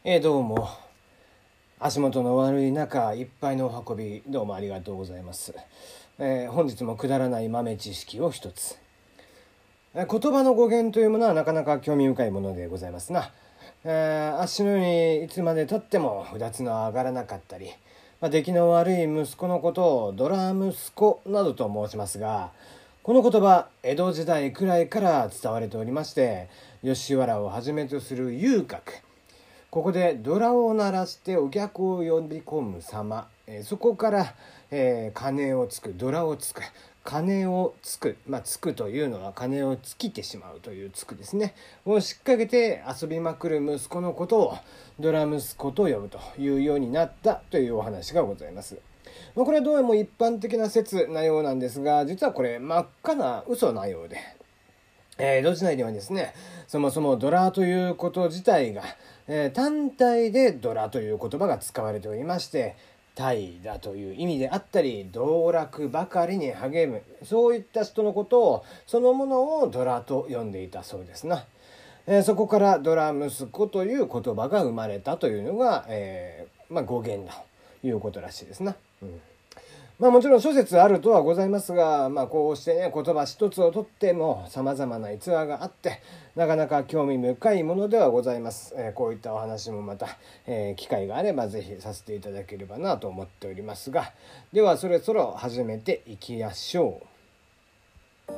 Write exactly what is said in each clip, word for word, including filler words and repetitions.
えー、どうも足元の悪い中いっぱいのお運びどうもありがとうございます、えー、本日もくだらない豆知識を一つ。えー、言葉の語源というものはなかなか興味深いものでございますな。えー、足のようにいつまでたってもうだつの上がらなかったり、まあ、出来の悪い息子のことをドラ息子などと申しますが、この言葉江戸時代くらいから伝われておりまして、吉原をはじめとする遊郭、ここでドラを鳴らしてお客を呼び込む様、えー、そこから、えー、金をつく、ドラをつく、金をつく、まあつくというのは金を尽きてしまうというつくですねをしっかけて遊びまくる息子のことをドラ息子と呼ぶというようになったというお話がございます。まあ、これはどうも一般的な説なようなんですが、実はこれ真っ赤な嘘なようで、えー、江戸時代ではですね、そもそもドラということ自体が、えー、単体でドラという言葉が使われておりまして、怠惰という意味であったり、道楽ばかりに励む、そういった人のことをそのものをドラと呼んでいたそうですな。えー、そこからドラ息子という言葉が生まれたというのが、えーまあ、語源だということらしいですな。うんまあ、もちろん諸説あるとはございますが、まあ、こうしてね言葉一つをとってもさまざまな逸話があってなかなか興味深いものではございます。えー、こういったお話もまた、えー、機会があればぜひさせていただければなと思っておりますが、ではそろそろ始めていきましょう。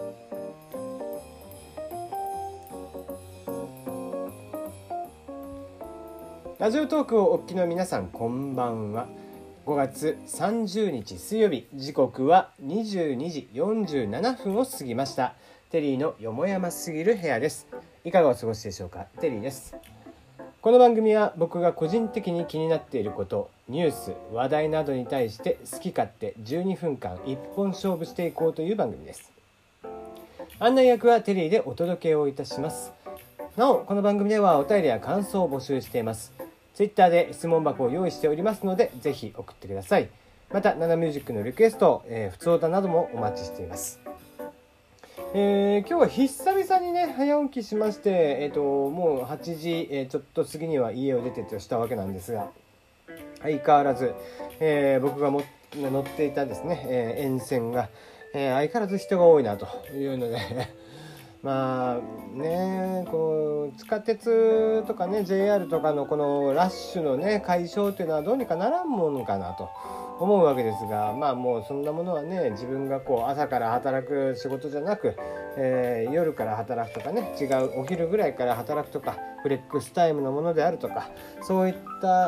ラジオトークをお聞きの皆さん、こんばんは。ごがつさんじゅうにち水曜日、時刻はにじゅうにじよんじゅうななふんを過ぎました。テリーのよもやますぎる部屋です。いかがお過ごしでしょうか。テリーです。この番組は僕が個人的に気になっていること、ニュース、話題などに対して好き勝手じゅうにふんかん一本勝負していこうという番組です。案内役はテリーでお届けをいたします。なお、この番組ではお便りや感想を募集しています。ツイッターで質問箱を用意しておりますので、ぜひ送ってください。また、ナナミュージックのリクエスト、えー、普通歌などもお待ちしています。えー、今日は久々にね、早起きしまして、えーと、もうはちじ、えー、ちょっと過ぎには家を出てとしたわけなんですが、相変わらず、えー、僕がも乗っていたですね、えー、沿線が、えー、相変わらず人が多いなというので、まあね、こう地下鉄とかね ジェイアール とかのこのラッシュのね解消というのはどうにかならんものかなと思うわけですが、まあもうそんなものはね、自分がこう朝から働く仕事じゃなく、えー、夜から働くとかね、違うお昼ぐらいから働くとか、フレックスタイムのものであるとか、そういった、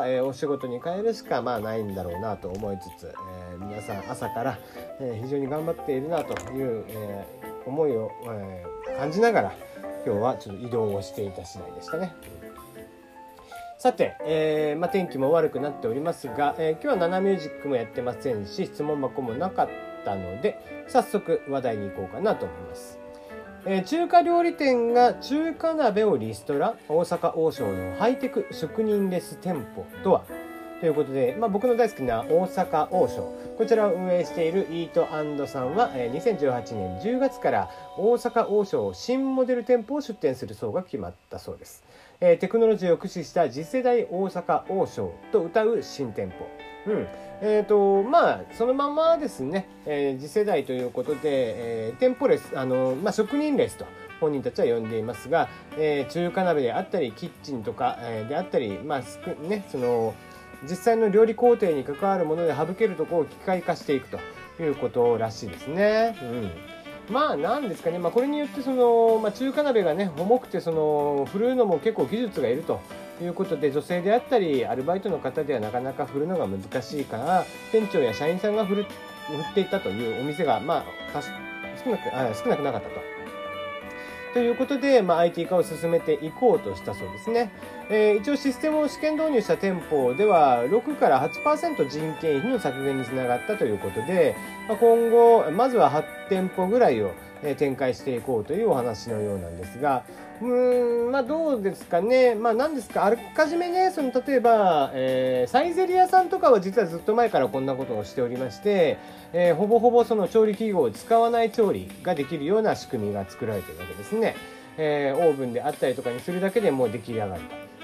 えー、お仕事に変えるしかまあないんだろうなと思いつつ、えー、皆さん朝から、えー、非常に頑張っているなという、えー、思いを、えー、感じながら今日はちょっと移動をしていた次第でしたね。さて、えーまあ、天気も悪くなっておりますが、えー、今日はナナミュージックもやってませんし、質問箱もなかったので、早速話題に行こうかなと思います。えー、中華料理店が中華鍋をリストラ、大阪王将のハイテク職人レス店舗とはということで、まあ、僕の大好きな大阪王将、こちらを運営しているイート&さんは、えー、にせんじゅうはちねんじゅうがつから大阪王将新モデル店舗を出店するそうが決まったそうです。えー、テクノロジーを駆使した次世代大阪王将と謳う新店舗。うんえーとまあ、そのままですね、えー、次世代ということで、えー、店舗レス、あのまあ、職人レスと本人たちは呼んでいますが、えー、中華鍋であったりキッチンとか、えー、であったり、まあすくね、その実際の料理工程に関わるもので省けるところを機械化していくということらしいですね。うんまあなんですかね、まあ、これによってその、まあ、中華鍋がね重くてその振るのも結構技術がいるということで、女性であったりアルバイトの方ではなかなか振るのが難しいから、店長や社員さんが振る振っていたというお店がまあ少なくあ少なくなかったと。ということで、まあ、アイティー 化を進めていこうとしたそうですね。えー、一応システムを試験導入した店舗ではろくからはちパーセント 人件費の削減につながったということで、まあ、今後まずははち店舗ぐらいを展開していこうというお話のようなんですが、うーんまあどうですかね。まあ何ですか、あらかじめね、その例えば、えー、サイゼリヤさんとかは実はずっと前からこんなことをしておりまして、えー、ほぼほぼその調理器具を使わない調理ができるような仕組みが作られているわけですね。えー、オーブンであったりとかにするだけでもう出来上がると。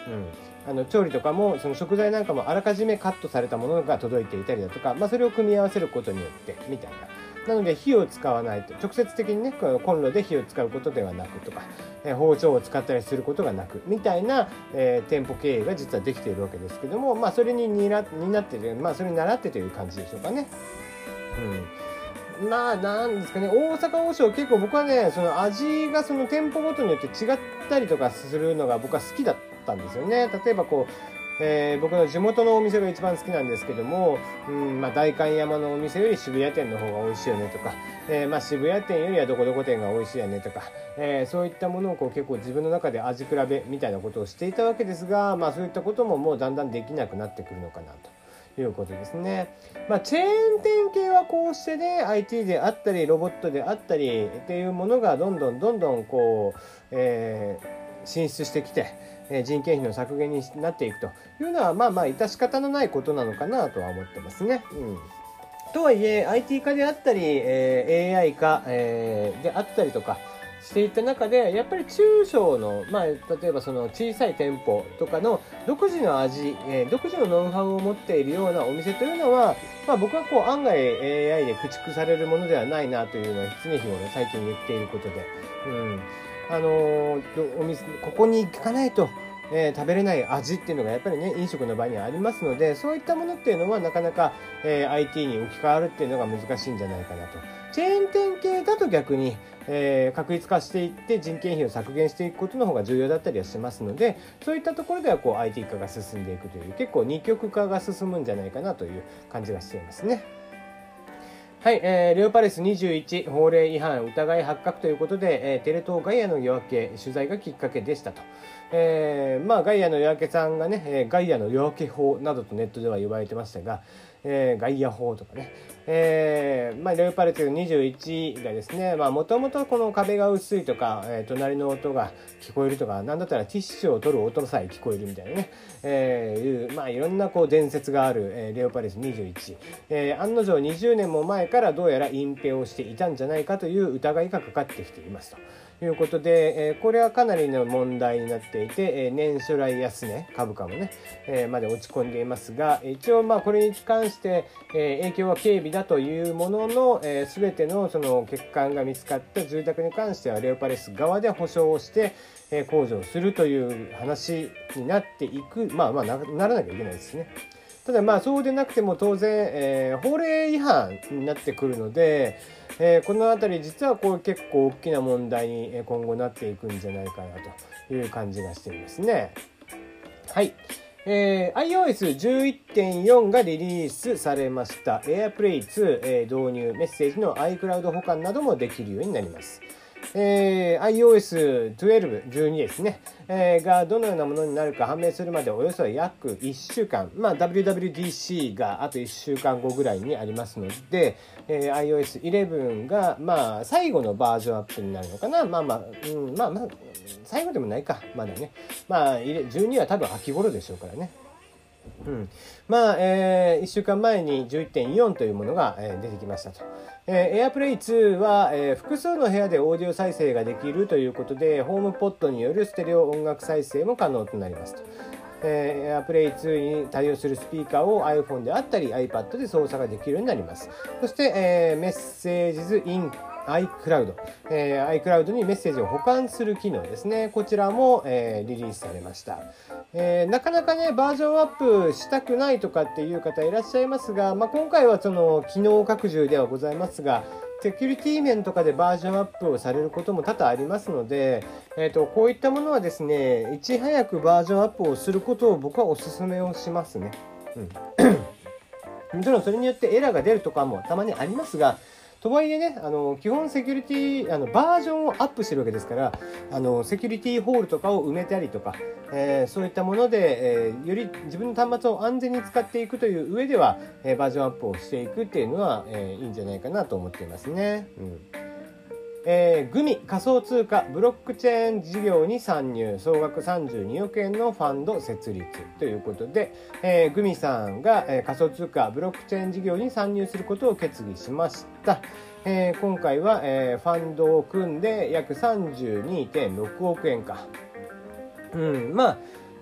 うん、あの調理とかもその食材なんかもあらかじめカットされたものが届いていたりだとか、まあ、それを組み合わせることによってみたいな。なので火を使わないと、直接的にねこのコンロで火を使うことではなくとか、えー、包丁を使ったりすることがなくみたいな、えー、店舗経営が実はできているわけですけども、まあ、それにになってて、まあ、それに習ってという感じでしょうかね。うん、まあなんですかね、大阪王将結構僕はねその味がその店舗ごとによって違ったりとかするのが僕は好きだったんですよね。例えばこうえー、僕の地元のお店が一番好きなんですけども、うんまあ、代官山のお店より渋谷店の方が美味しいよねとか、えーまあ、渋谷店よりはどこどこ店が美味しいよねとか、えー、そういったものをこう結構自分の中で味比べみたいなことをしていたわけですが、まあ、そういったことももうだんだんできなくなってくるのかなということですね。まあ、チェーン店系はこうしてね アイティー であったりロボットであったりっていうものがどんどんどんどんこう、えー、進出してきて人件費の削減になっていくというのはまあまあ致し方のないことなのかなとは思ってますね。うん、とはいえ アイティー 化であったり、えー、エーアイ 化、えー、であったりとかしていった中でやっぱり中小の、まあ、例えばその小さい店舗とかの独自の味、えー、独自のノウハウを持っているようなお店というのは、まあ、僕はこう案外 エーアイ で駆逐されるものではないなというのは常日頃最近言っていることで。うんあのー、お店ここに行かないと、えー、食べれない味っていうのがやっぱりね飲食の場にはありますので、そういったものっていうのはなかなか、えー、アイティー に置き換わるっていうのが難しいんじゃないかなと。チェーン店系だと逆に、えー、確立化していって人件費を削減していくことの方が重要だったりはしますので、そういったところではこう アイティー 化が進んでいくという結構二極化が進むんじゃないかなという感じがしていますね。はい、えー、レオパレスにじゅういち法令違反疑い発覚ということで、えー、テレ東ガイアの夜明け取材がきっかけでしたと。えー、まあガイアの夜明けさんがね、えー、ガイアの夜明け法などとネットでは言われてましたが、えー、ガイア法とかね、えーまあ、レオパレスにじゅういちがですね、もともとこの壁が薄いとか、えー、隣の音が聞こえるとか、なんだったらティッシュを取る音さえ聞こえるみたいなね、えー、いうまあいろんなこう伝説がある、えー、レオパレスにじゅういち、えー、案の定にじゅうねんも前からどうやら隠蔽をしていたんじゃないかという疑いがかかってきていますということで、えー、これはかなりの問題になっていて、えー、年初来安値株価もね、えー、まで落ち込んでいますが、一応まあこれに関して、えー、影響は軽微だというものの、えー、全てのその欠陥が見つかった住宅に関してはレオパレス側で保証をして、えー、控除をするという話になっていく、まあまあ な, ならなきゃいけないですね。ただまあそうでなくても当然、えー、法令違反になってくるので、えー、このあたり実はこう結構大きな問題に今後なっていくんじゃないかなという感じがしていますね。はい、えー、アイオーエスじゅういってんよん がリリースされました。 AirPlay ツー、えー、導入、メッセージの iCloud 保管などもできるようになります。えー、アイオーエスじゅうに、じゅうにですね、えー、がどのようなものになるか判明するまでおよそ約いっしゅうかん、まあ、ダブリューダブリューディーシー があといっしゅうかんごぐらいにありますので、えー、アイオーエスじゅういち が、まあ、最後のバージョンアップになるのかな。まあまあ、うん、まあまあ最後でもないか、まだね。まあじゅうには多分秋頃でしょうからね。うん、まあ、えー、いっしゅうかんまえに じゅういってんよん というものが、えー、出てきましたと。えー、AirPlay ツーは、えー、複数の部屋でオーディオ再生ができるということで、ホームポットによるステレオ音楽再生も可能となりますと。えー、AirPlay ツーに対応するスピーカーを iPhone であったり iPad で操作ができるようになります。そして、えー、メッセージズインiCloud、えー、iCloud にメッセージを保管する機能ですね。こちらも、えー、リリースされました。えー、なかなかねバージョンアップしたくないとかっていう方いらっしゃいますが、まあ、今回はその機能拡充ではございますが、セキュリティ面とかでバージョンアップをされることも多々ありますので、えーと、こういったものはですねいち早くバージョンアップをすることを僕はお勧めをしますね。うん、もちろんそれによってエラーが出るとかもたまにありますが、とはいえね、あの基本セキュリティあのバージョンをアップしてるわけですから、あのセキュリティホールとかを埋めたりとか、えー、そういったもので、えー、より自分の端末を安全に使っていくという上では、えー、バージョンアップをしていくっていうのは、えー、いいんじゃないかなと思っていますね。うんえー、グミ仮想通貨ブロックチェーン事業に参入、総額さんじゅうにおくえんのファンド設立ということで、えー、グミさんが、えー、仮想通貨ブロックチェーン事業に参入することを決議しました。えー、今回は、えー、ファンドを組んで約 さんじゅうにてんろくおくえんか。うん、まあ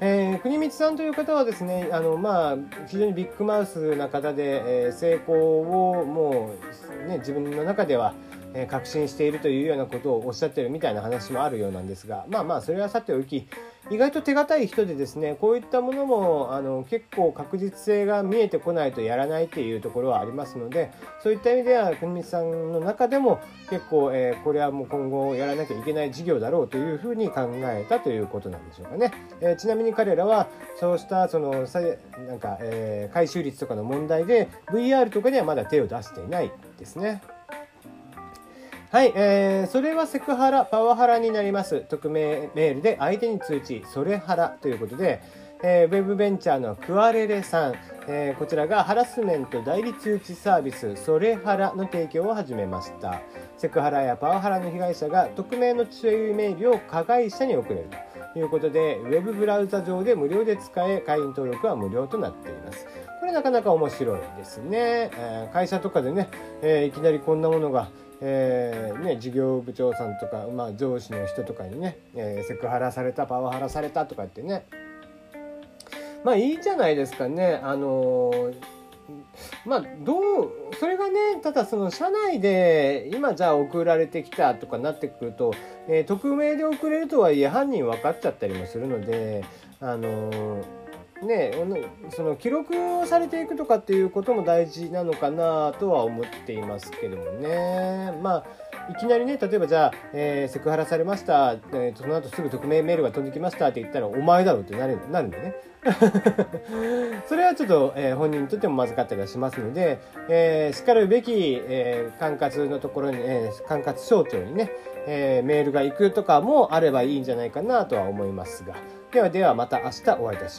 えー、国光さんという方はですね、あの、まあ、非常にビッグマウスな方で、えー、成功をもう、ね、自分の中では、えー、確信しているというようなことをおっしゃってるみたいな話もあるようなんですが、まあまあそれはさておき、意外と手堅い人でですね、こういったものもあの結構確実性が見えてこないとやらないっていうところはありますので、そういった意味では国光さんの中でも結構、えー、これはもう今後やらなきゃいけない事業だろうというふうに考えたということなんでしょうかね。えー、ちなみに彼らはそうしたそのさなんか、えー、回収率とかの問題で ブイアール とかにはまだ手を出していないですね。はい、えー、それはセクハラ、パワハラになります。匿名メールで相手に通知、それハラということで、えー、ウェブベンチャーのクアレレさん、えー、こちらがハラスメント代理通知サービス、それハラの提供を始めました。セクハラやパワハラの被害者が匿名の注意メールを加害者に送れるということで、ウェブブラウザ上で無料で使え、会員登録は無料となっています。これなかなか面白いですね。えー、会社とかでね、えー、いきなりこんなものがえーね、事業部長さんとか、まあ、上司の人とかにね、えー、セクハラされたパワハラされたとかってね、まあいいじゃないですかね。あのー、まあどうそれがね、ただその社内で今じゃあ送られてきたとかなってくると、えー、匿名で送れるとはいえ犯人分かっちゃったりもするので、あのーね、その記録をされていくとかっていうことも大事なのかなとは思っていますけどもね。まあいきなりね、例えばじゃあ、えー、セクハラされました、えー、その後すぐ匿名メールが飛んできましたって言ったらお前だろってなるなるんでねそれはちょっと、えー、本人にとってもまずかったりはしますので、えー、しかるべき、えー、管轄のところに、えー、管轄省庁にね、えー、メールが行くとかもあればいいんじゃないかなとは思いますが、ではではまた明日お会いいたしましょう。